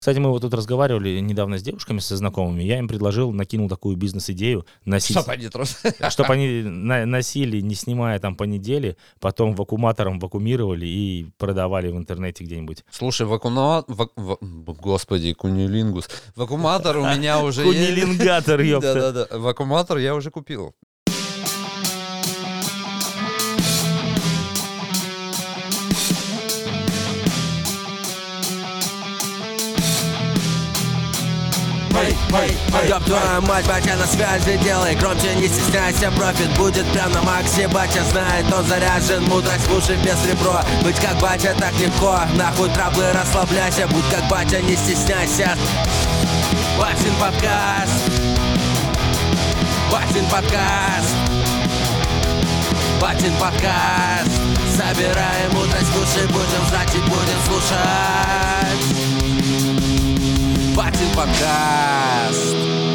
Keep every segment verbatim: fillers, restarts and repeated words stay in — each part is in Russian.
Кстати, мы вот тут разговаривали недавно с девушками, со знакомыми. Я им предложил, накинул такую бизнес-идею. Носить... Чтоб они просто... Чтобы они на- носили, не снимая там по неделе, потом вакууматором вакуумировали и продавали в интернете где-нибудь. Слушай, вакууматор... Вак... В... Господи, кунилингус. Вакууматор у меня уже есть. Кунилингатор, ёпта. Да-да-да. Вакууматор я уже купил. Ёб твою мать, батя на связи, делай громче, не стесняйся, профит будет прям на максе. Батя знает, он заряжен, мудрость в уши без ребро. Быть как батя так легко, нахуй траблы, расслабляйся. Будь как батя, не стесняйся. Батин подкаст, Батин подкаст, Батин подкаст. Собираем мудрость в уши, будем знать и будем слушать. Батин подкаст.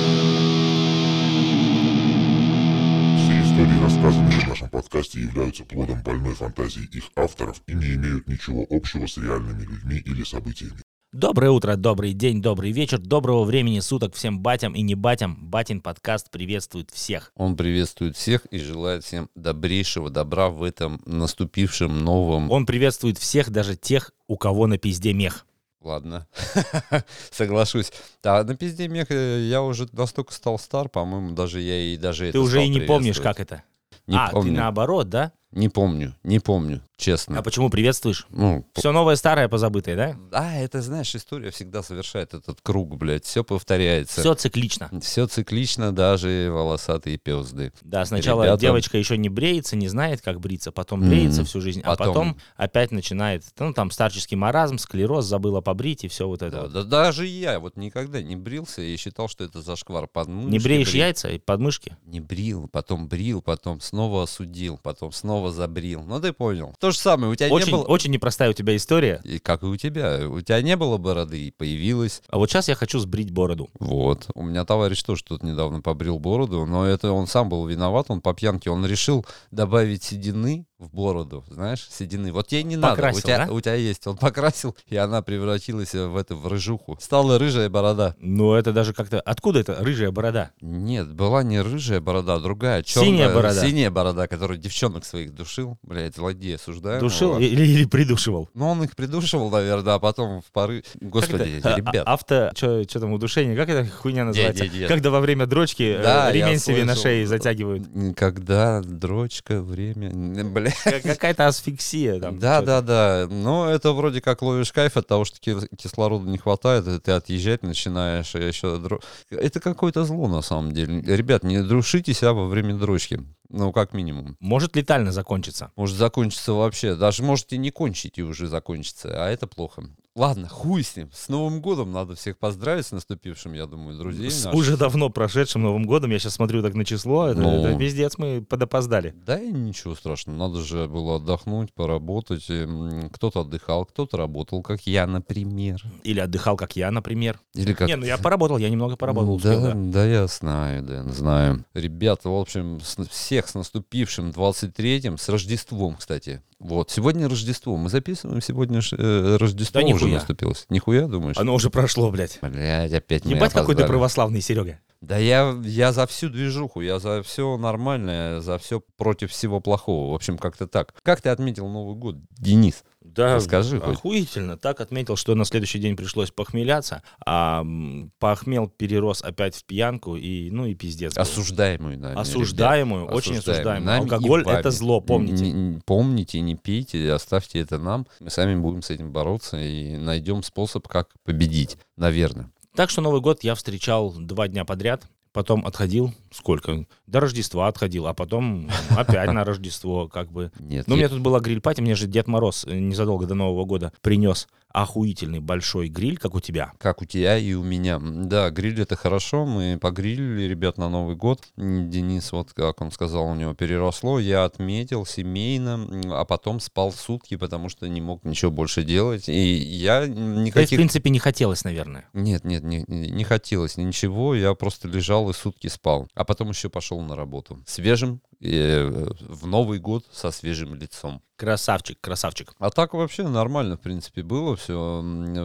Все истории, рассказанные в нашем подкасте, являются плодом больной фантазии их авторов и не имеют ничего общего с реальными людьми или событиями. Доброе утро, добрый день, добрый вечер, доброго времени суток всем батям и не батям. Батин подкаст приветствует всех. Он приветствует всех и желает всем добрейшего добра в этом наступившем новом... Он приветствует всех, даже тех, у кого на пизде мех. Ладно, соглашусь. Да, на пизде мех я уже настолько стал стар, по-моему, даже я и даже Ты это уже стал и не помнишь, приветствовать. как это. Не а, помню. ты наоборот, да? Не помню, не помню, честно. А почему приветствуешь? Ну, Все новое, старое, позабытое, да? да, это, знаешь, история всегда совершает этот круг, блядь, все повторяется. Все циклично. Все циклично, даже волосатые пёзды. Да, сначала Ребята... девочка еще не бреется, не знает, как бриться, потом бреется М, всю жизнь, а потом- потом опять начинает, ну, там, старческий маразм, склероз, забыла побрить и все вот это Да, вот. да даже я вот никогда не брился и считал, что это зашквар. Подмышки Не бреешь брил. яйца и подмышки? Не брил, потом брил, потом снова осудил, потом снова забрил. Ну ты понял. То же самое, у тебя Очень, не было... очень непростая у тебя история. И как и у тебя. У тебя не было бороды и появилась. А вот сейчас я хочу сбрить бороду. Вот. У меня товарищ тоже тут недавно побрил бороду, но это он сам был виноват, он по пьянке, он решил добавить седины в бороду, знаешь, седины. Вот тебе не надо, Покрасил, у тебя, да? у тебя есть. Он покрасил, и она превратилась в это, в рыжуху. Стала рыжая борода. Ну, это даже как-то... Откуда это рыжая борода? Нет, была не рыжая борода, а другая. Черная, Синяя борода. Синяя борода, которая девчонок своих душил. Блядь, злодей осуждаем. Душил его. или, или придушивал? Ну, он их придушивал, наверное, а потом в поры... Господи, Как это? ребят. А- Авто... Что там, удушение? Как эта хуйня называется? Не-не-не. Когда во время дрочки э, Да, я ремень себе на слышал. шее затягивают. Когда дрочка, время... Бля. Как- Какая-то асфиксия там. Да, что-то. да, да. Но это вроде как ловишь кайф от того, что ки- кислорода не хватает, и ты отъезжать начинаешь, и еще... дро- Это какое-то зло, на самом деле. Ребят, не друшите себя во время дрочки. Ну, как минимум. Может летально закончиться. Может закончиться вообще. Даже можете не кончить и уже закончится. А это плохо. Ладно, хуй с ним. С Новым годом надо всех поздравить с наступившим, я думаю, друзей С наших. уже давно прошедшим Новым годом, я сейчас смотрю так на число, это, Ну. это пиздец, мы подопоздали. Да и ничего страшного. Надо же было отдохнуть, поработать. М, Кто-то отдыхал, кто-то работал, как я, например. Или отдыхал, как я, например. Или как... Не, ну я поработал, я немного поработал, успел, да, да. да, я знаю, да, знаю. Ребята, в общем, с- всех с наступившим двадцать третьим, с Рождеством, кстати. Вот, сегодня Рождество. Мы записываем, сегодня ж, э, Рождество Да уже нихуя. наступилось. Нихуя, думаешь? Оно уже прошло, блядь. Блядь, опять мы Ебать, какой ты опоздали. православный, Серега. Да я, я за всю движуху, я за все нормальное, за все против всего плохого. В общем, как-то так. Как ты отметил Новый год, Денис? Да, Расскажи хоть. охуительно. Так отметил, что на следующий день пришлось похмеляться, а м, похмел перерос опять в пьянку, и, ну и пиздец. был. Осуждаемую, да. Осуждаемую, ребят. очень Осуждаемую. осуждаемую. Нами и Алкоголь вами. это зло, помните. Н- н- Помните, не пейте, оставьте это нам. Мы сами будем с этим бороться и найдем способ, как победить, наверное. Так что Новый год я встречал два дня подряд, потом отходил, сколько? До Рождества отходил, а потом опять на Рождество, как бы. Нет, Ну, у я- меня тут была гриль-пати, мне же Дед Мороз э, незадолго до Нового года принес охуительный большой гриль, как у тебя. как у тебя и у меня. М, Да, гриль это хорошо, мы погрилили, ребят, на Новый год. М, Денис, вот как он сказал, у него переросло, я отметил семейно, м, а потом спал сутки, потому что не мог ничего больше делать. И я Да и, в никаких... принципе, не хотелось, наверное. Нет, нет, не, не не хотелось ничего, я просто лежал и сутки спал. А потом еще пошел на работу. Свежим, И в Новый год со свежим лицом. Красавчик, красавчик. А так вообще нормально, в принципе, было все.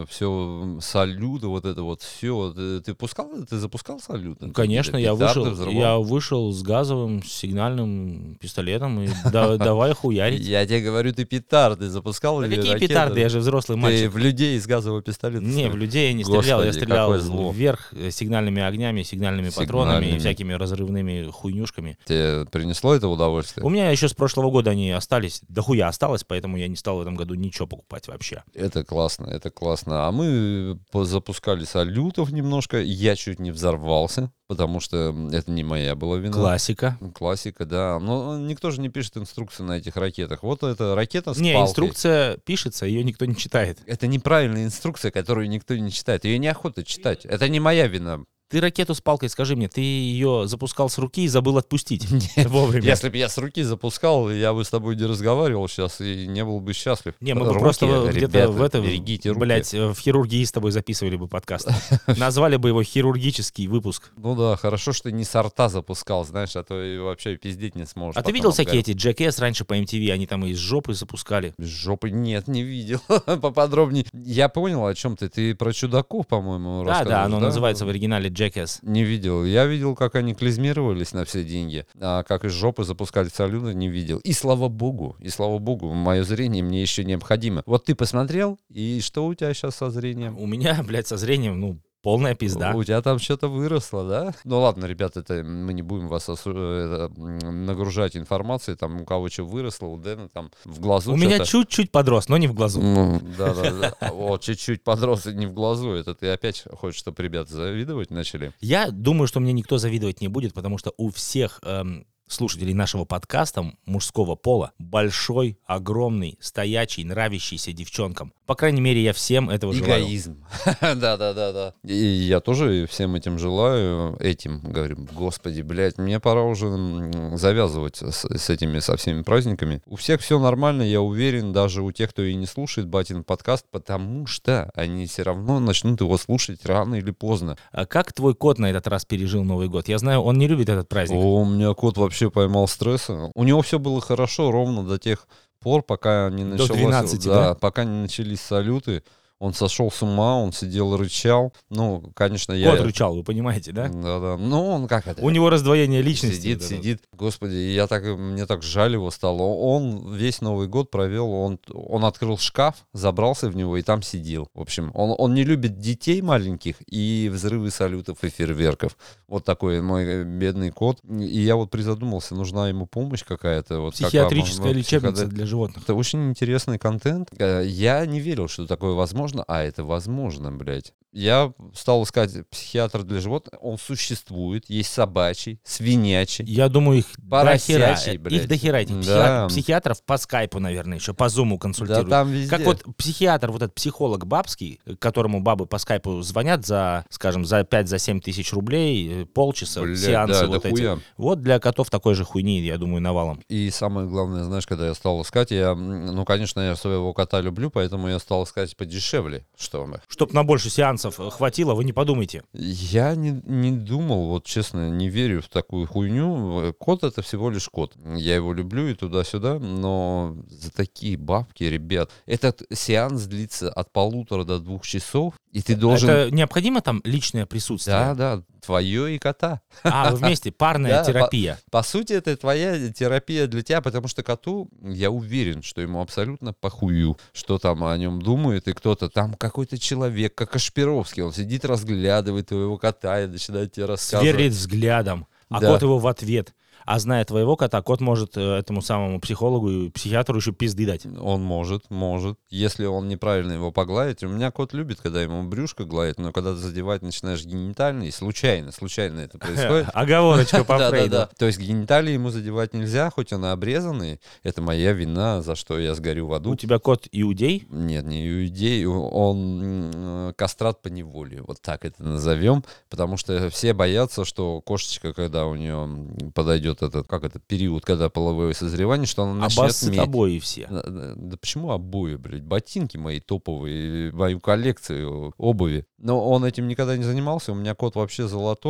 Все салюты, вот это вот все. Ты, ты пускал, ты запускал салюты? Конечно, я Петарды вышел, взрывал? я вышел с газовым сигнальным пистолетом и да- давай хуярить. Я тебе говорю, ты петарды запускал Да или какие ракеты? петарды? Я же взрослый Ты мальчик. в людей из газового пистолета Не, стрелял? в людей я не стрелял, я Господи, стрелял какое зло. вверх э, сигнальными огнями, сигнальными патронами Сигнальными. и всякими разрывными хуйнюшками. Тебе принесло это удовольствие? У меня еще с прошлого года они остались, дохуя осталось, поэтому я не стал в этом году ничего покупать вообще. Это классно, это классно. А мы запускали салютов немножко. Я чуть не взорвался, потому что это не моя была вина. Классика. Классика, да. Но никто же не пишет инструкции на этих ракетах. Вот эта ракета с Не, палкой. инструкция пишется, ее никто не читает. Это неправильная инструкция, которую никто не читает. Ее неохота читать. Это не моя вина. Ты ракету с палкой, скажи мне, ты ее запускал с руки и забыл отпустить вовремя? Если бы я с руки запускал, я бы с тобой не разговаривал сейчас и не был бы счастлив. Не, мы бы Руки, просто где-то ребята, в это, берегите руки. блядь, в хирургии с тобой записывали бы подкаст. Назвали бы его хирургический выпуск. Ну да, хорошо, что не с рта запускал, знаешь, а то и вообще пиздеть не сможешь. А ты потом видел об всякие гору. эти Jackass раньше по эм ти ви, они там из жопы запускали? С жопы нет, не видел. Поподробнее. Я понял, о чем ты. Ты про чудаков, по-моему, Да, рассказываешь, да, оно называется в оригинале Jackass. Не видел. Я видел, как они клизмировались на все деньги, а как из жопы запускали салюты, не видел. И слава богу, и слава богу, мое зрение мне еще необходимо. Вот ты посмотрел, и что у тебя сейчас со зрением? У меня, блядь, со зрением, ну, полная пизда. У тебя там что-то выросло, да? Ну ладно, ребята, это мы не будем вас осу- это, м, нагружать информацией, там у кого что выросло, у Дэна там в глазу У меня что-то. чуть-чуть подрос, но не в глазу. Ну, да-да-да. Вот, чуть-чуть подрос и не в глазу. Это ты опять хочешь, чтобы ребята завидовать начали? Я думаю, что мне никто завидовать не будет, потому что у всех эм, слушателей нашего подкаста мужского пола большой, огромный, стоячий, нравящийся девчонкам. По крайней мере, я всем этого желаю. Эгоизм. Да-да-да-да. И я тоже всем этим желаю. Этим, говорю, господи, блядь, мне пора уже м, завязывать с, с этими, со всеми праздниками. У всех все нормально, я уверен, даже у тех, кто и не слушает батин подкаст, потому что они все равно начнут его слушать рано или поздно. А как твой кот на этот раз пережил Новый год? Я знаю, он не любит этот праздник. О, у меня кот вообще поймал стресса. У него все было хорошо ровно до тех пор, пока не До началось, двенадцати, да, да? пока не начались салюты. Он сошел с ума, он сидел, рычал. Ну, конечно, я... Кот рычал, вы понимаете, да? Да-да. Ну, он как это? У него раздвоение личности. Сидит, вот это. сидит. Господи, я так, мне так жаль его стало. Он весь Новый год провел, он, он открыл шкаф, забрался в него и там сидел. В общем, он, он не любит детей маленьких и взрывы салютов и фейерверков. Вот такой мой бедный кот. И я вот призадумался, нужна ему помощь какая-то. Вот Психиатрическая какая, лечебница психоде- для животных. Это очень интересный контент. Э, Я не верил, что такое возможно, а это возможно, блядь. Я стал искать психиатра для животных. Он существует. Есть собачий, свинячий. Я думаю, их дохера. Поросячий, блядь. Их дохера, этих психи- Да. психиатров по скайпу, наверное, еще по зуму Да консультируют. там везде. Как вот психиатр, вот этот психолог бабский, к которому бабы по скайпу звонят за, скажем, за пять-семь тысяч рублей, э, полчаса, Блядь, сеансы да, вот да эти. хуя. Вот для котов такой же хуйни, я думаю, навалом. И самое главное, знаешь, когда я стал искать, я, м, ну, конечно, я своего кота люблю, поэтому я стал искать подешевле, что мы. Чтоб на больше сеансов э, хватило, вы не подумайте. Я не, не думал, вот честно, не верю в такую хуйню. Кот — это всего лишь кот. Я его люблю и туда-сюда, но за такие бабки, ребят, этот сеанс длится от полутора до двух часов, и ты должен... Это необходимо там личное присутствие? Да, да, твое и кота. А, вы вместе, парная Да, терапия. По сути, это твоя терапия для тебя, потому что коту, я уверен, что ему абсолютно похую, что там о нем думает, и кто-то там какой-то человек, как Кашпировский, он сидит, разглядывает твоего кота и начинает тебе рассказывать. Сверлит взглядом, а Да. кот его в ответ. А зная твоего кота, кот может э, этому самому психологу и психиатру еще пизды дать. Он может, может. Если он неправильно его погладит. У меня кот любит, когда ему брюшко гладит, но когда ты задевать начинаешь генитальные, случайно, случайно это происходит. Оговорочка по Фрейду. Да-да-да. То есть гениталии ему задевать нельзя, хоть он и обрезанный. Это моя вина, за что я сгорю в аду. У тебя кот иудей? Нет, не иудей, он м, кастрат по неволе, вот так это назовем, потому что все боятся, что кошечка, когда у нее подойдет этот, как это, период, когда половое созревание, что она начнет Обоссыт меть. обои все. Да, да, да почему обои, блядь? Ботинки мои топовые, мою коллекцию обуви. Но он этим никогда не занимался. У меня кот вообще золотой.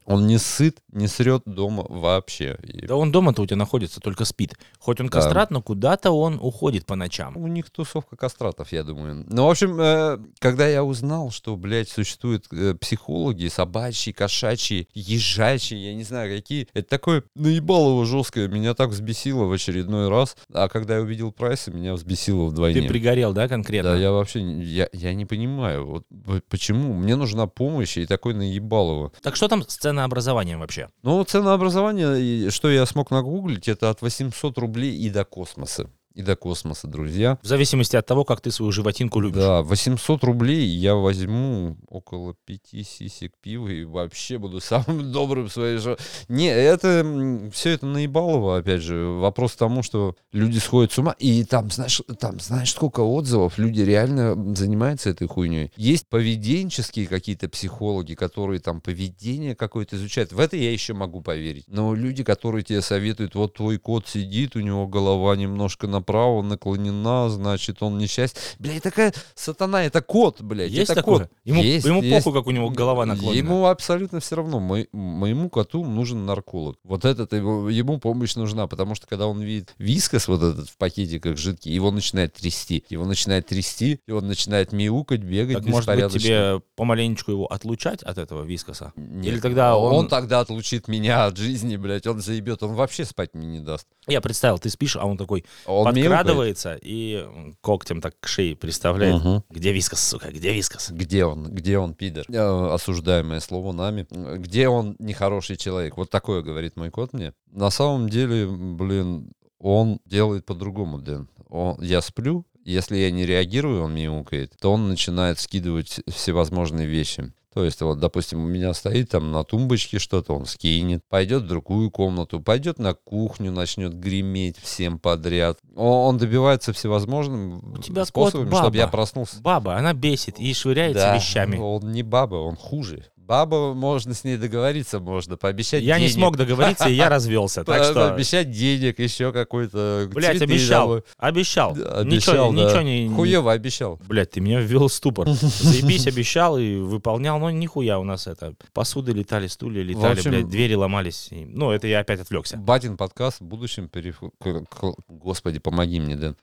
Он не сыт, не срет дома вообще. И Да он дома-то у тебя находится, только спит. Хоть он Да. кастрат, но куда-то он уходит по ночам. у них тусовка кастратов, я думаю. Ну, в общем, э, когда я узнал, что, блядь, существуют э, психологи, собачьи, кошачьи, ежачьи, я не знаю какие, это такое наебалово жесткое, меня так взбесило в очередной раз. А когда я увидел прайсы, меня взбесило вдвойне. Ты пригорел, да, конкретно? Да, я вообще, не- я, я не понимаю, вот п- почему. Мне нужна помощь, и такой наебалово. Так что там с ценообразованием вообще? Ну, ценообразование, и что я смог нагуглить, это от восемьсот рублей и до космоса. И до космоса, друзья. В зависимости от того, как ты свою животинку любишь. Да, восемьсот рублей я возьму около пяти сисек пива и вообще буду самым добрым в своей жизни. Не, это, все это наебалово, опять же. Вопрос к тому, что люди сходят с ума. И там, знаешь, там, знаешь, сколько отзывов. Люди реально занимаются этой хуйней. Есть поведенческие какие-то психологи, которые там поведение какое-то изучают. В это я еще могу поверить. Но люди, которые тебе советуют, вот твой кот сидит, у него голова немножко направо наклонена, значит, он несчастье. Бля, такая сатана, это кот, блядь, Есть это такое? кот. Ему, Есть, ему есть. похуй, как у него голова наклонена. Ему абсолютно все равно. Мо- моему коту нужен нарколог. Вот этот, его, ему помощь нужна, потому что когда он видит вискас вот этот в пакетиках жидкий, его начинает трясти. Его начинает трясти, и он начинает мяукать, бегать Так может быть беспорядочно. тебе помаленечку его отлучать от этого вискоса? Нет. Или тогда он... он тогда отлучит меня от жизни, блядь, он заебет, он вообще спать мне не даст. Я представил, ты спишь, а он такой Он подкрадывается и когтем так к шее приставляет. Мгм. Где вискас, сука, где вискас? Где он? Где он, пидор? Э, Осуждаемое слово нами. Где он нехороший человек? Вот такое говорит мой кот мне. На самом деле, блин, он делает по-другому, Дэн. Он, я сплю, если я не реагирую, он мяукает, то он начинает скидывать всевозможные вещи. То есть, вот, допустим, у меня стоит там на тумбочке что-то, он скинет, пойдет в другую комнату, пойдет на кухню, начнет греметь всем подряд. Он, он добивается всевозможным У тебя способами, кот чтобы я баба. проснулся. Баба, она бесит и швыряется Да, вещами. он не баба, он хуже. Баба, можно с ней договориться, можно пообещать Я денег. не смог договориться, и я развелся. Так По- что, Пообещать денег, еще какой-то... блядь, цветы обещал, домой. обещал. Да, Ничего, обещал, да. ничего не... не- Хуево обещал. Блядь, ты меня ввел в ступор. Заебись, обещал и выполнял, но нихуя у нас это. Посуды летали, стулья летали, общем- блядь, двери ломались. И- Ну, это я опять отвлекся. Батин подкаст в будущем переф... к- к- Господи, помоги мне, Дэн.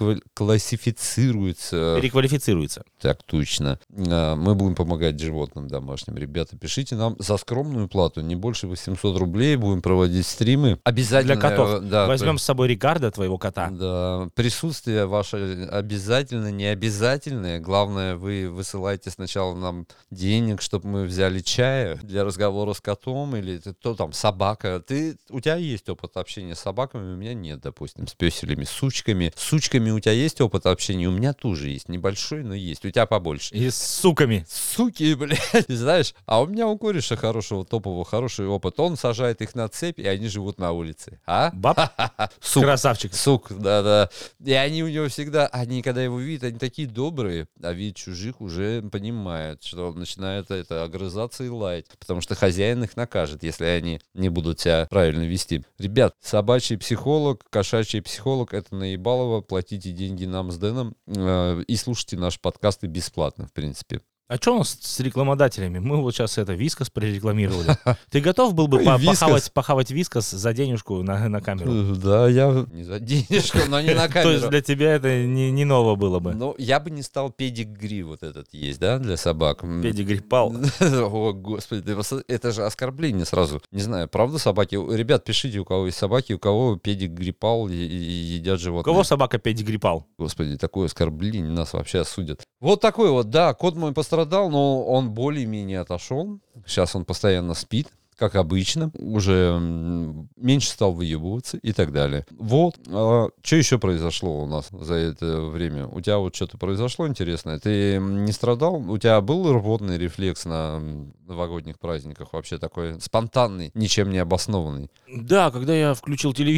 Переклассифицируется. Переквалифицируется. Так точно. А, Мы будем помогать животным домашним. Ребята, пишите нам за скромную плату, не больше восемьсот рублей. Будем проводить стримы. Обязательно. Для котов. э, Да, Возьмем с собой Рикардо, твоего кота. Да, присутствие ваше обязательно, не обязательное. Главное, вы высылаете сначала нам денег, чтобы мы взяли чая для разговора с котом или ты- кто там, собака. Ты, у тебя есть опыт общения с собаками, у меня нет, допустим, с пёселями, с сучками. С сучками у тебя есть опыт общения, у меня тоже есть. Небольшой, но есть. У тебя побольше. И с суками. Суки, блядь, знаешь, а у меня у кореша хорошего, топового, хороший опыт. Он сажает их на цепь, и они живут на улице. А? Баб? Сук. Красавчик. Сук, да-да. И они у него всегда, они когда его видят, они такие добрые, а вид чужих уже понимают, что он начинает это огрызаться и лаять, потому что хозяин их накажет, если они не будут себя правильно вести. Ребят, собачий психолог, кошачий психолог, это наебалово, платите деньги нам с Дэном э, и слушайте наши подкасты бесплатно, в принципе. А что у нас с рекламодателями? Мы вот сейчас это вискас прорекламировали. Ты готов был бы Ой, по- вискас. похавать, похавать вискас за денежку на, на камеру? Да, я не за денежку, но не на То есть камеру. для тебя это не, не ново было бы. Ну, я бы не стал педигри вот этот есть, да, для собак. М. Педигри пал. О, господи, ты пос- это же оскорбление сразу. Не знаю, правда собаки? Ребят, пишите, у кого есть собаки, у кого педигри пал и, и едят У животные. кого собака педигри пал? Господи, такое оскорбление, нас вообще осудят. Вот такой вот, да, кот мой пострадал, но он более-менее отошел. Сейчас он постоянно спит, как обычно. Уже м, меньше стал выебываться и так далее. Вот. А, что еще произошло у нас за это время? У тебя вот что-то произошло интересное? Ты м, не страдал? У тебя был рвотный рефлекс на м, новогодних праздниках? Вообще такой спонтанный, ничем не обоснованный? Да, когда я включил телевизор.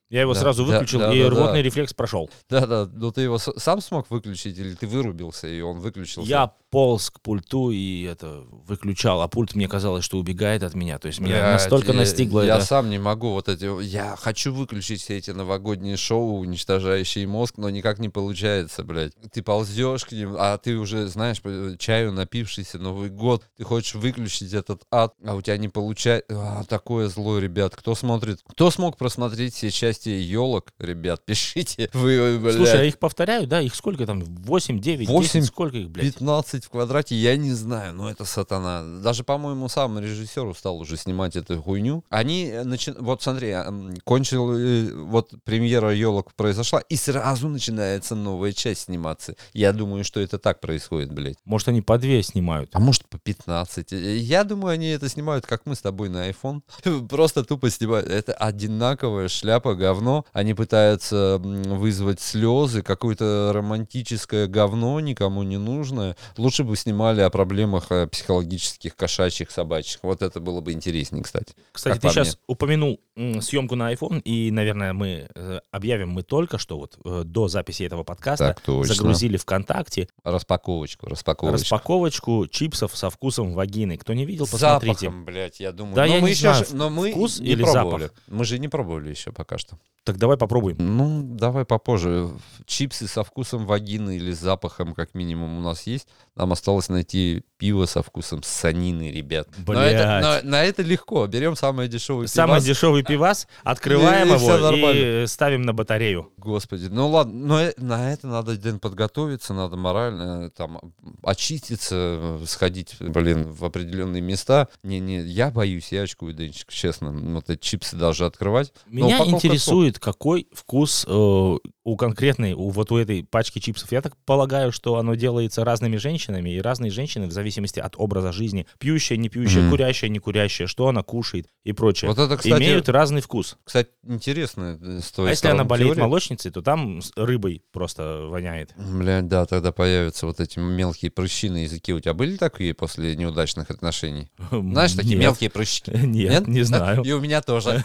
Я его Да, сразу да, выключил, да, и да, рвотный да. рефлекс прошел. Да-да, но ты его с- сам смог выключить или ты вырубился, и он выключился? Я полз к пульту и это выключал, а пульт, мне казалось, что убегает от меня. То есть меня Блядь, настолько я, настигло я это. сам не могу вот эти... Я хочу выключить все эти новогодние шоу, уничтожающие мозг, но никак не получается, блядь. Ты ползешь к ним, а ты уже, знаешь, чаю напившийся, Новый год, ты хочешь выключить этот ад, а у тебя не получается. А, такое зло, ребят. Кто смотрит? Кто смог просмотреть все части елок, ребят? Пишите. Вы, блядь. Слушай, а их повторяют, да? Их сколько там? восемь, девять, восемь, десять? Сколько их, блядь? пятнадцать в квадрате, я не знаю, но это сатана. Даже, по-моему, сам режиссер устал уже снимать эту хуйню. Они начи... Вот смотри, м, кончил, э, вот премьера елок произошла, и сразу начинается новая часть сниматься. Я думаю, что это так происходит, блядь. Может, они по две снимают? А может, по пятнадцать. Э, Я думаю, они это снимают, как мы с тобой на iPhone. Просто тупо снимают. Это одинаковая шляпа, говно. Они пытаются м, вызвать слезы, какое-то романтическое говно, никому не нужное. Лучше бы снимали о проблемах э, психологических, кошачьих, собачьих. Вот это было бы интереснее, кстати. Кстати, Как ты по мне. сейчас упомянул м, съемку на iPhone, и, наверное, мы э, объявим мы только что, вот э, до записи этого подкаста, Так точно. загрузили ВКонтакте Распаковочку, распаковочку. распаковочку чипсов со вкусом вагины. Кто не видел, С посмотрите. запахом, блядь, я думаю. Да, но я мы не еще знаю, ж- но мы вкус не или пробовали. запах? Мы же не пробовали еще пока что. Так давай попробуем. Ну, давай попозже. Чипсы со вкусом вагины или с запахом, как минимум, у нас есть. Нам осталось найти пиво со вкусом санины, ребят. Но Блядь. это, но- на это легко. Берем самое дешевое Самый пивас. дешевый пивас, открываем И- и всё его нормально. и ставим на батарею. Господи, ну ладно, но э- на это надо, Дэн, подготовиться, надо морально э, там очиститься, э, сходить, блин, в определенные места. Не-не, я боюсь, я очкую, Дэнчик, честно. Вот эти чипсы даже открывать. Но Меня упаковка интересует, какой вкус э, у конкретной, у вот у этой пачки чипсов. Я так полагаю, что оно делается разными женщинами, и разные женщины, в зависимости от образа жизни, пьющая, не пьющая, Мгм. курящая, не курящая, что она кушает и прочее, Вот это, кстати, имеют разный вкус. кстати, интересно э, с твоей А если она стороны болеет теория. молочницей, то там с рыбой просто воняет. Блядь, да, тогда появятся вот эти мелкие прыщи на языке. У тебя были такие после неудачных отношений? Знаешь, такие Нет. мелкие прыщики? Нет, не знаю. И у меня тоже.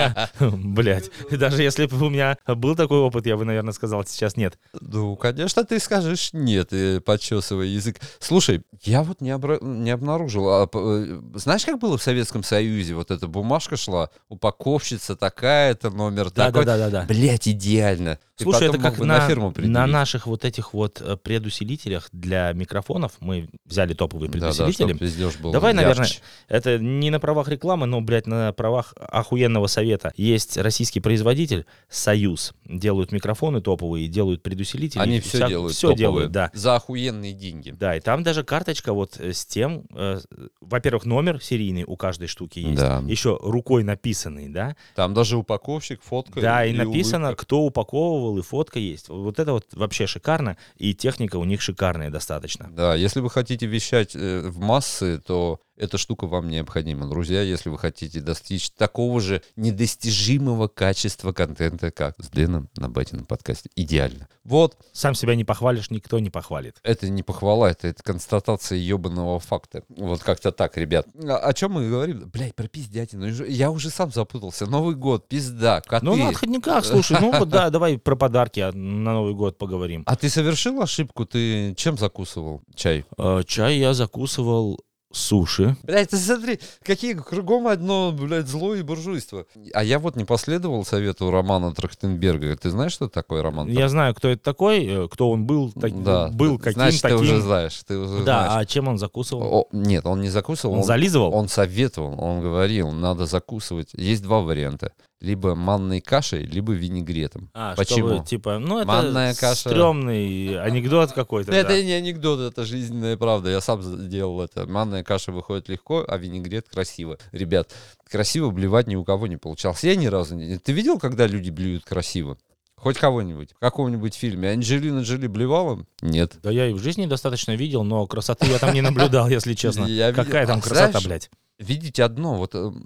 Блять, даже если бы у меня был такой опыт, я бы, наверное, сказал, сейчас нет. Ну, конечно, ты скажешь нет, э, подчесывая язык. Слушай, я вот не, обра- не обнаружил. А, п- э, знаешь, как было в Советском Союзе? Вот эта бумажка шла, упаковщица такая-то, номер Да, такой. да, да, да, да. Блять, идеально. Ты Слушай, потом это мог как бы на, фирму на предъявить. наших вот этих вот э, предусилителях для микрофонов. Мы взяли топовые Да, да, предусилители. чтоб везде ж было Давай, ярче. наверное, это не на правах рекламы, но, блядь, на правах охуенного совета. Есть российский производитель «Союз». Делают микрофоны топовые, делают предусилители. Они и все вся- делают Все топовые. делают, да. За охуенные деньги. Да, и там даже карточка вот э, с тем, э, во-первых, номер серийный у каждой штуки есть. Да. Еще рукой написанный, да. Там даже упаковщик, фотка. Да, и и написано, улыбка. кто упаковывал, и фотка есть. Вот это вот вообще шикарно, и техника у них шикарная достаточно. Да, если вы хотите вещать э, в массы, то эта штука вам необходима, друзья, если вы хотите достичь такого же недостижимого качества контента, как с Дэном на Батином подкасте. Идеально. Вот, Сам себя не похвалишь, никто не похвалит. это не похвала, это, это констатация ебаного факта. Вот как-то так, ребят. А, о чем мы говорим? Блядь, про пиздятину. Я уже сам запутался. Новый год, пизда, коты. Ну, на отходниках, слушай, ну вот да, давай про подарки а, на Новый год поговорим. А ты совершил ошибку? Ты чем закусывал чай? Э, Чай я закусывал суши. Блядь, ты смотри, какие кругом одно, блядь, зло и буржуйство. А я вот не последовал совету Романа Трахтенберга. Ты знаешь, что такое Роман Я знаю, кто это такой, э, кто он был, так- Да. был каким Значит, таким. ты уже знаешь. Ты уже Да, знаешь. а чем он закусывал? О, нет, он не закусывал. Он зализывал? Он советовал, он говорил, надо закусывать. Есть два варианта. Либо манной кашей, либо винегретом. А, Почему? чтобы, типа, ну это Манная каша. стрёмный анекдот какой-то. Это да. не анекдот, это жизненная правда. Я сам делал это. Манная каша выходит легко, а винегрет красиво. Ребят, красиво блевать ни у кого не получалось. Я ни разу не... Ты видел, когда люди блюют красиво? Хоть кого-нибудь. В каком-нибудь фильме. Анджелина Джоли блевала? Нет. Да я и в жизни достаточно видел, но красоты я там не наблюдал, если честно. Я видел. Какая там А красота, знаешь, блядь? Видите одно, вот э,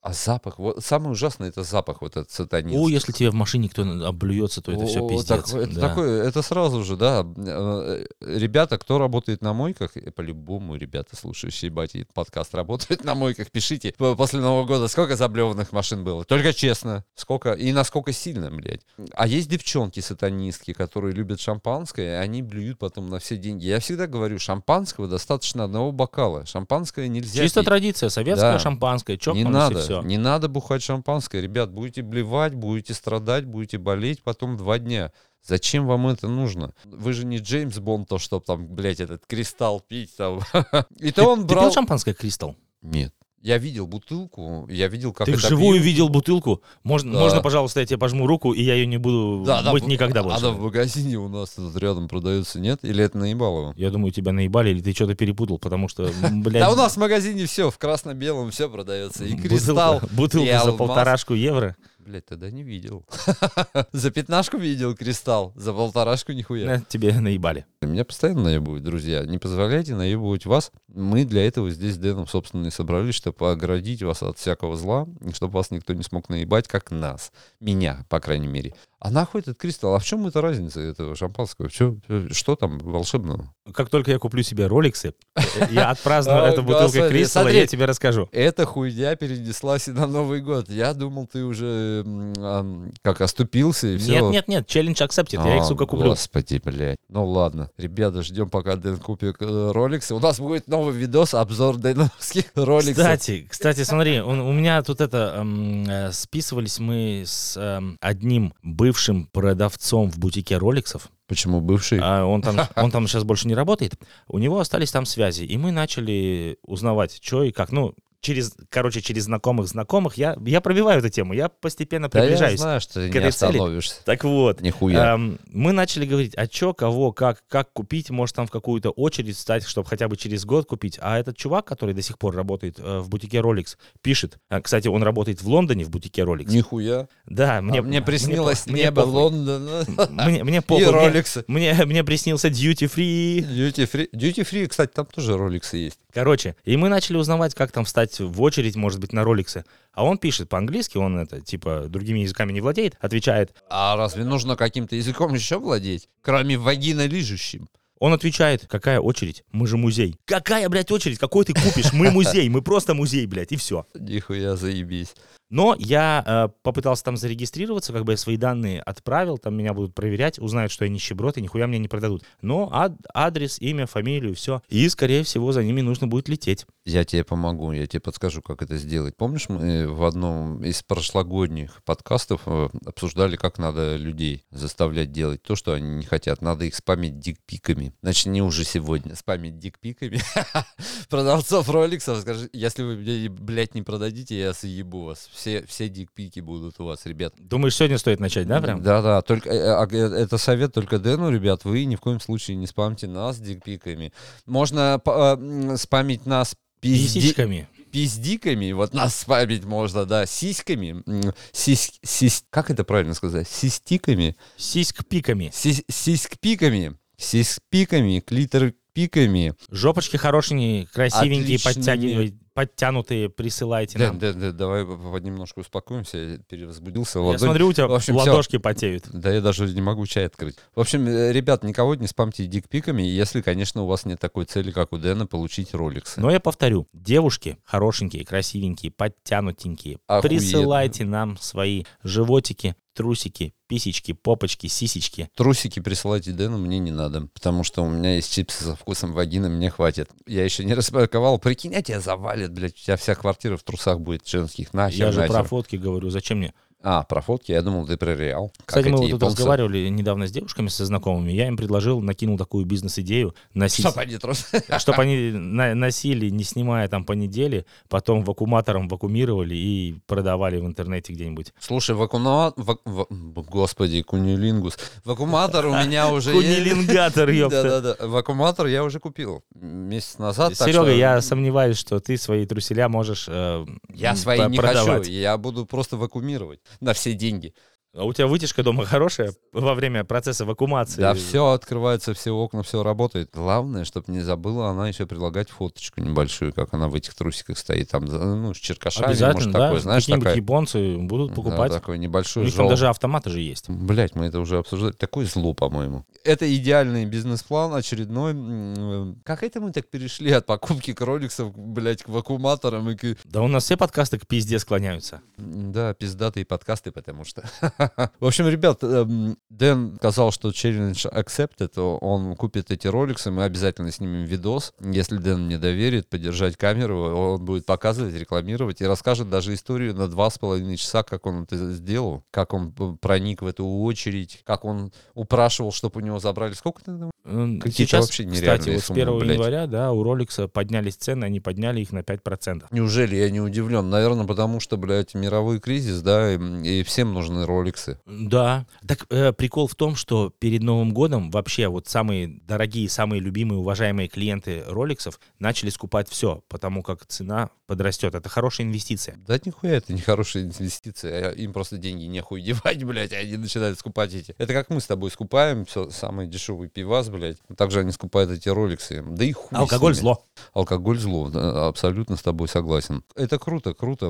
А запах, вот самое ужасное — это запах вот этот сатанинский. О, если тебе в машине кто облюется, то это О, все пиздец. так- это, Да. такое, это сразу же, да. Э, Ребята, кто работает на мойках, э, по-любому, ребята, слушающие батя этот подкаст, работают на мойках, пишите. П- После Нового года сколько заблеванных машин было? Только честно. Сколько и насколько сильно, блядь. А есть девчонки сатанистки, которые любят шампанское, и они блюют потом на все деньги. Я всегда говорю, шампанского достаточно одного бокала. Шампанское нельзя Чисто пить. традиция, советское Да. шампанское, Не чокнулись и надо, все. не надо бухать шампанское. Ребят, будете блевать, будете страдать, будете болеть потом два дня. Зачем вам это нужно? Вы же не Джеймс Бонд, то, чтобы там, блядь, этот кристалл пить там. И то Ты, он ты брал... пил шампанское Кристалл? Нет. Я видел бутылку, я видел, как Ты это вживую пьют. видел бутылку? Можно, Да. можно, пожалуйста, я тебе пожму руку, и я ее не буду Да, да, быть в- никогда больше. Она в магазине у нас тут рядом продается, нет? Или это наебалово? Я думаю, тебя наебали, или ты что-то перепутал, потому что, блядь, Да у нас в магазине все, в красно-белом все продается. И кристалл, бутылка, бутылка и за алмаз. полторашку евро. Блядь, тогда не видел. За пятнашку видел кристалл, за полторашку нихуя. На, тебе наебали. Меня постоянно наебывают, друзья. Не позволяйте наебывать вас. Мы для этого здесь с Дэном, собственно, и собрались, чтобы оградить вас от всякого зла, чтобы вас никто не смог наебать, как нас. Меня, по крайней мере. А нахуй этот кристалл? А в чем эта разница этого шампанского? Чё- что там волшебного? Как только я куплю себе роликсы, я отпраздную О, эту бутылку господи, Кристалла, смотри. я тебе расскажу. Эта хуйня перенеслась и на Новый год. Я думал, ты уже м, ам, как оступился и все. Нет, нет, нет, челлендж accepted, я их, сука, куплю. Господи, блядь. Ну ладно. Ребята, ждем, пока Дэн купит э, роликсы. У нас будет новый видос, обзор дэновских роликсов. Кстати, кстати, смотри, он- у меня тут это, эм, э, списывались мы с эм, одним бывшим продавцом в бутике роликсов. Почему бывший? А он там, он там сейчас больше не работает. У него остались там связи, и мы начали узнавать, что и как. Ну, через, короче, через знакомых знакомых я, я пробиваю эту тему, я постепенно Да я приближаюсь. знаю, что ты к не этой цели. остановишься. Так вот, Нихуя. эм, мы начали говорить, а что, кого, как, как купить, может там в какую-то очередь встать, чтобы хотя бы через год купить. А этот чувак, который до сих пор работает э, в бутике Rolex, пишет, а, кстати, он работает в Лондоне в бутике Rolex. Нихуя. Да, мне, Мне, мне приснилось по- мне небо похуй. Лондона. Мне, мне И похуй, мне, роликсы. мне, мне приснился duty free. Duty free. Duty free, кстати, там тоже роликсы есть. Короче, и мы начали узнавать, как там встать в очередь, может быть, на роликсы. А он пишет по-английски, он это, типа, другими языками не владеет, отвечает. А разве нужно каким-то языком еще владеть? Кроме вагина лижущим. Он отвечает, какая очередь? Мы же музей. Какая, блядь, очередь? Какой ты купишь? Мы музей, мы просто музей, блядь, и все. Нихуя заебись. Но я э, попытался там зарегистрироваться, как бы я свои данные отправил, там меня будут проверять, узнают, что я нищеброд, и нихуя мне не продадут. Но ад- адрес, имя, фамилию, все. И, скорее всего, за ними нужно будет лететь. Я тебе помогу, я тебе подскажу, как это сделать. Помнишь, мы в одном из прошлогодних подкастов э, обсуждали, как надо людей заставлять делать то, что они не хотят. Надо их спамить дикпиками. Начни уже сегодня спамить дикпиками продавцов роликсов. Скажи, если вы мне, блядь, не продадите, я съебу вас. Все, все дикпики будут у вас, ребят. Думаешь, сегодня стоит начать, да, прям? Да-да, только э, а, э, это совет только Дэну, ребят. Вы ни в коем случае не спамьте нас дикпиками. Можно по- э, м, спамить нас пизди- Писечками. пиздиками, вот нас спамить можно, да, сиськами, м, сись, сись, как это правильно сказать, систиками, Сиськ-пиками. сись, сиськпиками, сиськпиками, клитор-пиками. Жопочки хорошенькие, красивенькие, Отличными. подтягивай- подтянутые, присылайте Дэн, нам. Дэн, Дэн, давай по- по- немножко успокоимся, я перевозбудился. Я ладонь- смотрю, у тебя в общем, всё. ладошки потеют. Да я даже не могу чай открыть. В общем, э, ребят, никого не спамьте дикпиками, если, конечно, у вас нет такой цели, как у Дэна, получить роликсы. Но я повторю, девушки хорошенькие, красивенькие, подтянутенькие, Охуенно. присылайте нам свои животики, трусики, писечки, попочки, сисечки. Трусики присылайте Дэну, мне не надо, потому что у меня есть чипсы со вкусом вагины, мне хватит. Я еще не распаковал, прикинь, а тебя завалит, блядь, у тебя вся квартира в трусах будет женских, нахер, Я же нахер. про фотки говорю, зачем мне? А, про фотки, я думал, ты про реал. Кстати, Как мы эти вот тут японцы. разговаривали недавно с девушками, со знакомыми. Я им предложил, накинул такую бизнес-идею носить, Чтоб они трусы. чтобы они на- носили, не снимая там по неделе, потом вакууматором вакуумировали и продавали в интернете где-нибудь. Слушай, вакуна... вак- ва- Господи, кунилингус. Вакууматор у меня уже есть. Кунилингатор, ёпта. Да-да-да, вакууматор я уже купил месяц назад. так Серега, что я сомневаюсь, что ты свои труселя можешь э, Я м, свои по- не продавать. хочу, я буду просто вакуумировать на все деньги. А у тебя вытяжка дома хорошая во время процесса вакуумации? Да, все открывается, все окна, все работает. Главное, чтобы не забыла она еще предлагать фоточку небольшую, как она в этих трусиках стоит, там, ну, с черкашами, Обязательно, может, да. такое, знаешь, Какие-нибудь такая... японцы будут покупать. Да, такой У небольшой них там жёл- даже автоматы же есть. Блять, мы это уже обсуждали. Такое зло, по-моему. Это идеальный бизнес-план очередной. М, Как это мы так перешли от покупки кроликсов, блять, к вакууматорам и к... Да у нас все подкасты к пизде склоняются. Да, пиздатые подкасты, потому что... В общем, ребят, эм, Дэн сказал, что challenge accepted, он купит эти роликсы, мы обязательно снимем видос. Если Дэн мне доверит подержать камеру, он будет показывать, рекламировать и расскажет даже историю на два с половиной часа, как он это сделал, как он проник в эту очередь, как он упрашивал, чтобы у него забрали. Сколько ты там? М, Какие-то Сейчас, вообще нереальные кстати, вот с суммы, первого блядь. января, да, у Rolex поднялись цены, они подняли их на пять процентов. Неужели я не удивлен? Наверное, потому что, блядь, мировой кризис, да, и, и всем нужны роликсы. Да. Так э, прикол в том, что перед Новым годом вообще вот самые дорогие, самые любимые, уважаемые клиенты Роликсов начали скупать все, потому как цена подрастет. Это хорошая инвестиция. Да нихуя это не хорошая инвестиция. Им просто деньги нехуй девать, блядь, и они начинают скупать эти. Это как мы с тобой скупаем все самые дешевые пивас, блядь. Также они скупают эти роликсы. Да и хуй Алкоголь с ними. зло. Алкоголь зло, да, абсолютно с тобой согласен. Это круто, круто.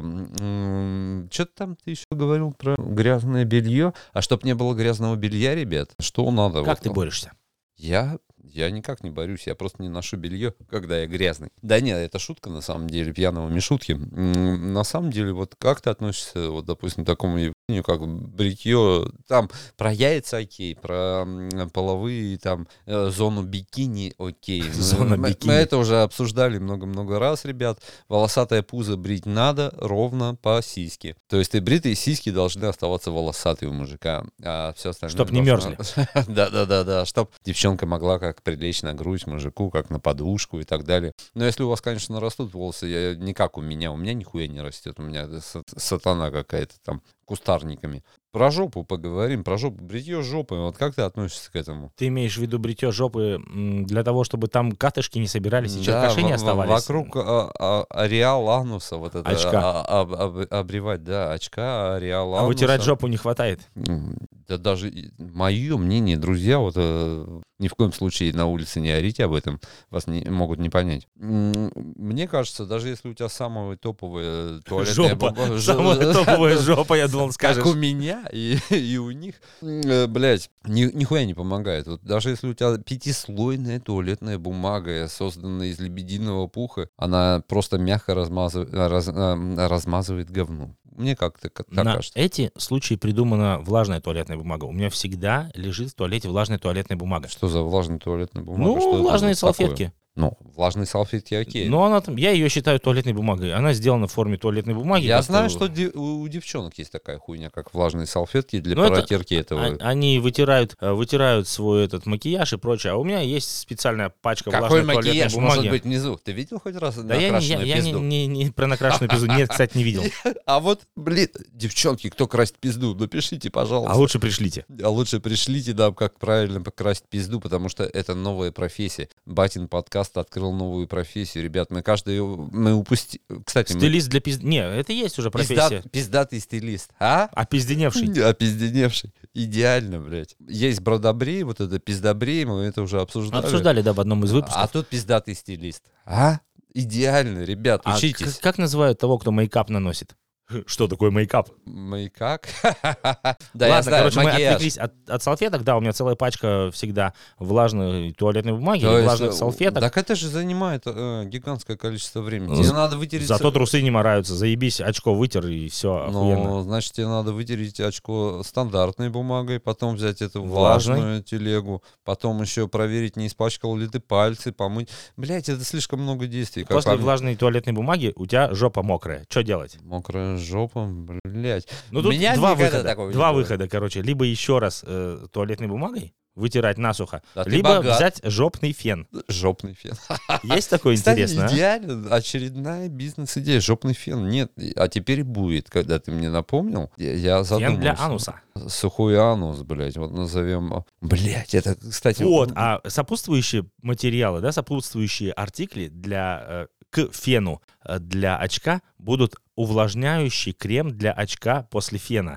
Что-то там ты еще говорил про грязное белье. А чтоб не было грязного белья, ребят, что надо? Как Вот, ты ну, борешься? Я, я никак не борюсь, я просто не ношу белье, когда я грязный. Да нет, это шутка на самом деле, пьяного Мишутки. М, На самом деле, вот как ты относишься, вот, допустим, к такому явлению, как бритье, там, про яйца окей, про м, половые, там, э, зону бикини окей. Мы- Зона мы, бикини. мы это уже обсуждали много-много раз, ребят. Волосатое пузо брить надо ровно по сиське. То есть ты бритые сиськи должны оставаться волосатые у мужика, а все остальное... Чтоб не должно- Да-да-да-да, чтоб девчонка могла как прилечь на грудь мужику, как на подушку и так далее. Но если у вас, конечно, растут волосы, я, не как у меня, у меня нихуя не растет, у меня это са- сатана какая-то там кустарниками. Про жопу поговорим, про жопу, бритье жопы, вот как ты относишься к этому? Ты имеешь в виду бритье жопы м, для того, чтобы там катышки не собирались и черкаши не во- во- оставались? Вокруг а, а, ареал ануса, вот это Очка. а- об- об- обревать, да, очка, ареал А ануса. вытирать жопу не хватает? М, Да даже и- мое мнение, друзья, вот э, ни в коем случае на улице не орите об этом, вас не, могут не понять. М, Мне кажется, даже если у тебя самая топовая туалетная Жопа. бумага- Самая ж- топовая жопа, я думал, скажешь. как у меня и, и у них, э, блядь, ни, нихуя не помогает. Вот даже если у тебя пятислойная туалетная бумага, созданная из лебединого пуха, она просто мягко размазывает, раз- э, размазывает говно. Мне как-то как- так На кажется. эти случаи придумана влажная туалетная бумага. У меня всегда лежит в туалете влажная туалетная бумага. Что за влажная туалетная бумага? Ну, Что это влажные за такое? салфетки. Ну, влажные салфетки, окей. Но она там, я ее считаю туалетной бумагой. Она сделана в форме туалетной бумаги. Я как-то- знаю, что де- у у девчонок есть такая хуйня, как влажные салфетки для Ну, это- протирки этого. А- Они вытирают, э, вытирают свой этот макияж и прочее. А у меня есть специальная пачка Какой влажной туалетной макияж бумаги. может быть внизу? Ты видел хоть раз Да я, не, я, накрашенную я не, пизду? не- не про накрашенную пизду. Нет, кстати, не видел. А вот, блин, девчонки, кто красит пизду, напишите, пожалуйста. А лучше пришлите. А лучше пришлите нам, как правильно покрасить пизду, потому что это новая профессия. Батин подкаст открыл новую профессию. Ребят, мы каждый... Мы упусти... Кстати, мы... Стилист для пизд... Не, это есть уже Пиздат- профессия. Пиздатый стилист. А? Опизденевший. Опизденевший. Идеально, блядь. Есть бродобрей, вот это пиздобрей, мы это уже обсуждали. Обсуждали, да, в одном из А выпусков. тут пиздатый стилист. А? Идеально, ребят, А учитесь. к- как называют того, кто мейкап наносит? Что такое мейкап? Мейкап? Да, я Ладно, знаю, короче, мы макияж. отвлеклись от, от салфеток. Да, у меня целая пачка всегда влажной туалетной бумаги, То есть, влажных э, салфеток. Так это же занимает э, гигантское количество времени. З- Тебе надо вытереть... Зато трусы не мораются. Заебись, очко вытер, и все, охуенно. Ну, значит, тебе надо вытереть очко стандартной бумагой, потом взять эту Влажной. влажную телегу, потом еще проверить, не испачкал ли ты пальцы, помыть. Блять, это слишком много действий. Как После по мне. влажной туалетной бумаги у тебя жопа мокрая. Что делать? Мокрая жопа, блять. Ну, тут Меня два никогда выхода. такого не Два было. выхода, короче. Либо еще раз э, туалетной бумагой вытирать насухо, Да ты либо богат. взять жопный фен. Жопный фен. Есть такое Кстати, интересно, а? идеально. Очередная бизнес-идея. Жопный фен. Нет, а теперь будет, когда ты мне напомнил. Я, я задумался. Фен для ануса. Сухой анус, блядь, вот назовем. Блядь, это, кстати... Вот, а сопутствующие материалы, да, сопутствующие артикли для, э, к фену э, для очка будут увлажняющий крем для очка после фена.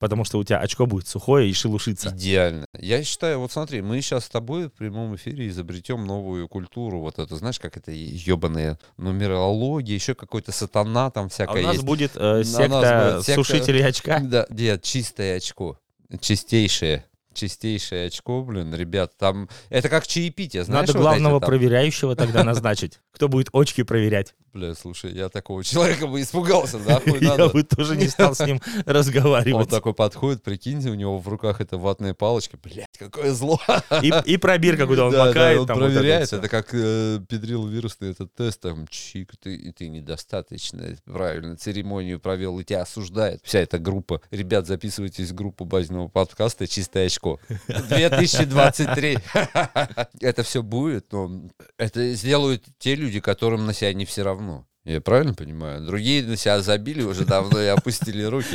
потому что у тебя очко будет сухое и шелушится. Идеально. Я считаю, вот смотри, мы сейчас с тобой в прямом эфире изобретем новую культуру. Вот это, знаешь, как это ебаная нумерология, еще какой-то сатана там всякое А у нас есть. будет э, У секта нас будет секта- сушителей очка. Да, нет, чистое очко. Чистейшее. Чистейшее очко, блин, ребят, там... Это как чаепитие, знаешь? Надо вот главного эти там- проверяющего тогда назначить. Кто будет очки проверять? Бля, слушай, я такого человека бы испугался, нахуй Я надо. бы тоже не стал с ним Он разговаривать. такой подходит, прикиньте, у него в руках эта ватная палочка. Блядь, какое зло. И, и пробирка, куда он Да, да, макает. он там вот это проверяет. всё. Это как э, педрил вирусный этот тест. Там, чик, ты, ты недостаточно правильно церемонию провел, и тебя осуждает. Вся эта группа. Ребят, записывайтесь в группу базового подкаста «Чистое очко». две тысячи двадцать три. Это все будет, но это сделают те люди, которым на себя не все равно. Я правильно понимаю? Другие на себя забили уже давно и опустили руки.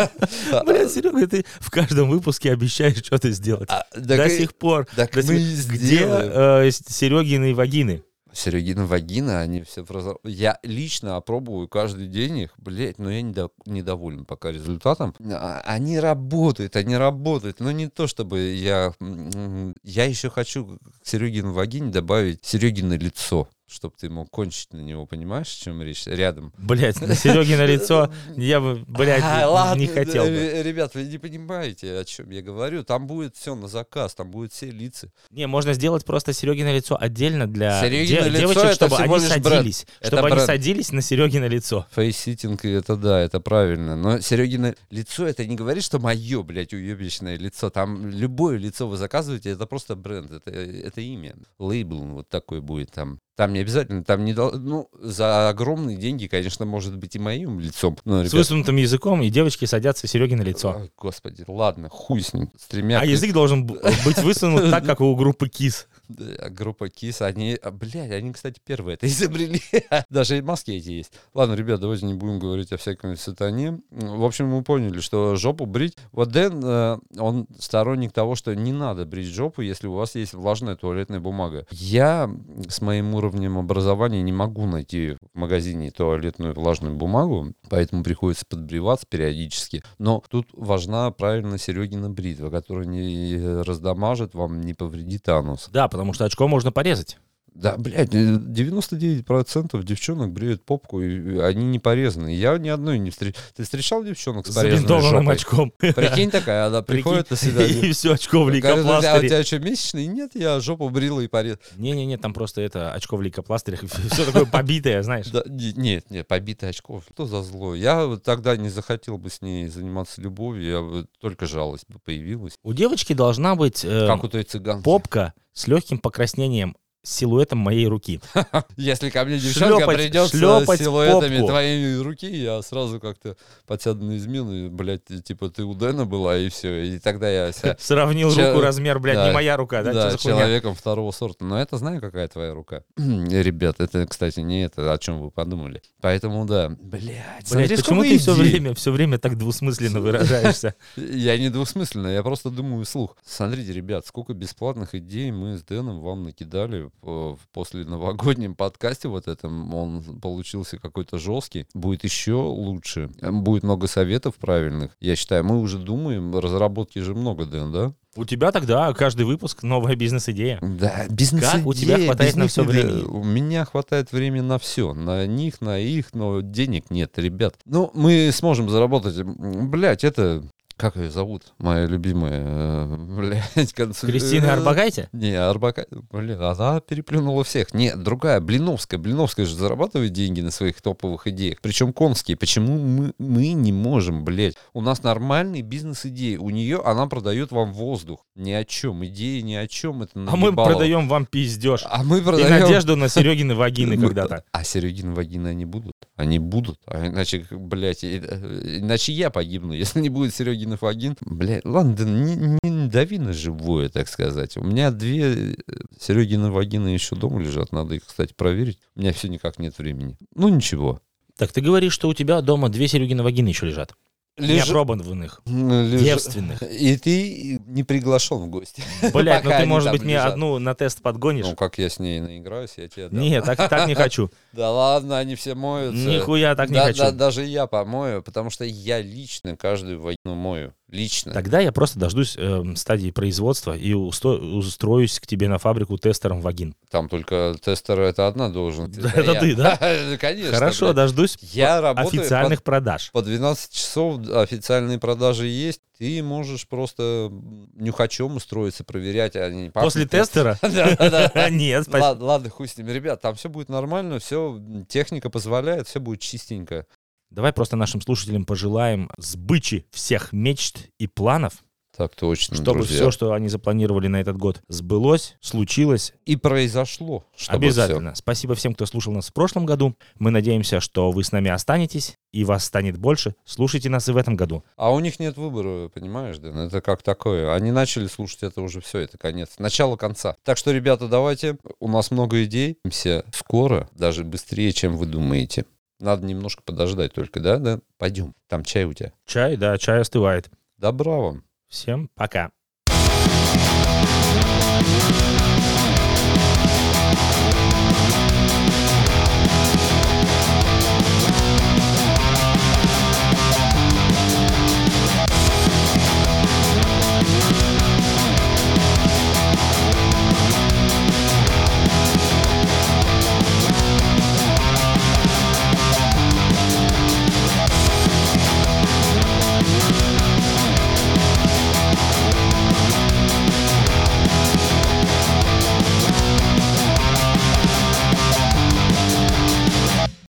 Блядь, Серега, ты в каждом выпуске обещаешь что-то сделать. А, так До и- сих пор. так До мы сих- и Где сделаем. э, Серегины вагины? Серегина вагина, они все прозор... Я лично опробую каждый день их, блять, но я недо- недоволен пока результатом. А- Они работают, они работают, но не то чтобы я... м, Я еще хочу к Серегину вагине добавить Серегино лицо, чтобы ты мог кончить на него, понимаешь, о чем речь? Рядом. Блять, на Серегино лицо я бы, блядь, А, не ладно, хотел да, бы. э, Ребят, вы не понимаете, о чем я говорю. Там будет все на заказ, там будут все лица. Не, можно сделать просто Серегино лицо отдельно для Серегино де- лицо девочек, это чтобы всего они лишь бренд. садились. Это Чтобы они бренд. садились на Серегино лицо. Фейс-ситинг, это да, это правильно. Но Серегино лицо, это не говорит, что мое, блядь, уебищное лицо. Там любое лицо вы заказываете, это просто бренд, это, это имя. Лейбл вот такой будет там. Там не обязательно, там не дол- ну, за огромные деньги, конечно, может быть и моим лицом. Но, С ребят, высунутым языком, и девочки садятся Серегино лицо. ой, господи, ладно, хуй с ним. С тремя... А язык должен б- быть высунут так, как у группы Кис. Да, группа Кис, они, а, блядь, они, кстати, первые это изобрели. Даже и маски эти есть. Ладно, ребят, давайте не будем говорить о всяком сатане. В общем, мы поняли, что жопу брить... Вот Дэн, э, он сторонник того, что не надо брить жопу, если у вас есть влажная туалетная бумага. Я с моим уровнем образования не могу найти в магазине туалетную влажную бумагу, поэтому приходится подбриваться периодически. Но тут важна правильно Серегина бритва, которая не раздамажит вам, не повредит анус. Да, потому что очко можно порезать. Да, блядь, девяносто девять процентов девчонок бреют попку, и они не порезаны. Я ни одной не встречал. Ты встречал девчонок с С порезанной забинтованным жопой? очком. Прикинь такая, она приходит на Прикинь, свидание. и все, очко в Говорит, а у лейкопластыре. тебя что, месячный? Нет, я жопу брила и порез. Не-не-не, там просто это очко в лейкопластырях. Все такое побитое, знаешь. Да, не- нет, нет, побитое очко. Что за зло? Я вот тогда не захотел бы с ней заниматься любовью, я бы только жалость бы появилась. У девочки должна быть э, Как у той цыганки. попка с легким покраснением с силуэтом моей руки. Если ко мне девчонка Шлепать- придет с шлепать силуэтами попку. твоей руки, я сразу как-то подсяду на измену, и, блядь, типа ты у Дэна была, и все. И тогда я ся- Сравнил Че- руку, размер, блядь, да, не моя рука, да? да, Чё за хуйня? человеком второго сорта. Но это знаю, какая твоя рука. Ребят, это, кстати, не это, о чем вы подумали. Поэтому да. Блядь, Блядь, смотри, почему сколько ты все идей. время, все время так двусмысленно выражаешься? Я не двусмысленно, я просто думаю вслух. Смотрите, ребят, сколько бесплатных идей мы с Дэном вам накидали по- после новогоднем подкасте вот этом. Он получился какой-то жесткий. Будет еще лучше. Будет много советов правильных. Я считаю, мы уже думаем, разработки же много, Дэн, да? У тебя тогда каждый выпуск новая бизнес-идея. Да, бизнес. Как у тебя хватает на всё времени? У меня хватает времени на все. На них, на их, но денег нет, ребят. Ну, мы сможем заработать. Блять, это... Как ее зовут? Моя любимая, э, блядь, консуль... Кристина Арбакайте? Не, Арбака... Блин, она переплюнула всех. Нет, другая, Блиновская. Блиновская же зарабатывает деньги на своих топовых идеях. Причем конские. Почему мы, мы не можем, блядь? У нас нормальные бизнес-идеи. У нее она продает вам воздух. Ни о чем. Идеи ни о чем. Это А мы наебало. продаем вам пиздеж. А мы И продаем... надежду на Серегины вагины Мы- когда-то. А Серегины вагины они будут? Они будут. А иначе, блядь, и- э, иначе я погибну, если не будет Серегиных вагин. Блядь, ладно, да не, не дави на живое, так сказать. У меня две Серегины вагины еще дома лежат. Надо их, кстати, проверить. У меня все никак нет времени. Ну, ничего. Так ты говоришь, что у тебя дома две Серегины вагины еще лежат. Лежа- Неопробованных. лежа- девственных. И ты не приглашен в гости. Блять, ну Пока ты, они может там быть, мне лежат. одну на тест подгонишь? Ну, как я с ней наиграюсь, я тебе дам. Не, так, так не хочу. Да ладно, они все моются. Нихуя так не Да- хочу. да- даже я помою, потому что я лично каждую вагину мою. лично. Тогда я просто дождусь э, стадии производства и усто- устроюсь к тебе на фабрику тестером вагин. Там только тестер — это одна должность. Это ты, да? Конечно. Хорошо, блядь. дождусь Я работаю официальных под- продаж. По двенадцать часов официальные продажи есть. Ты можешь просто нюхачом устроиться, проверять. А не После пахнет. тестера? Да-да-да. Нет, спасибо. Ладно, ладно, хуй с ним. Ребят, там все будет нормально, все, техника позволяет, все будет чистенько. Давай просто нашим слушателям пожелаем сбычи всех мечт и планов, Так точно, чтобы друзья. все, что они запланировали на этот год, сбылось, случилось. И произошло. чтобы Обязательно. Спасибо всем, кто слушал нас в прошлом году. Мы надеемся, что вы с нами останетесь, и вас станет больше. Слушайте нас и в этом году. всё. А у них нет выбора, понимаешь, Дэн? Это как такое. Они начали слушать, это уже все, это конец. Начало конца. Так что, ребята, давайте. У нас много идей. Все скоро, даже быстрее, чем вы думаете. Надо немножко подождать только, да? Да? Пойдем. Там чай у тебя. Чай, да, чай остывает. Добра вам. Всем пока.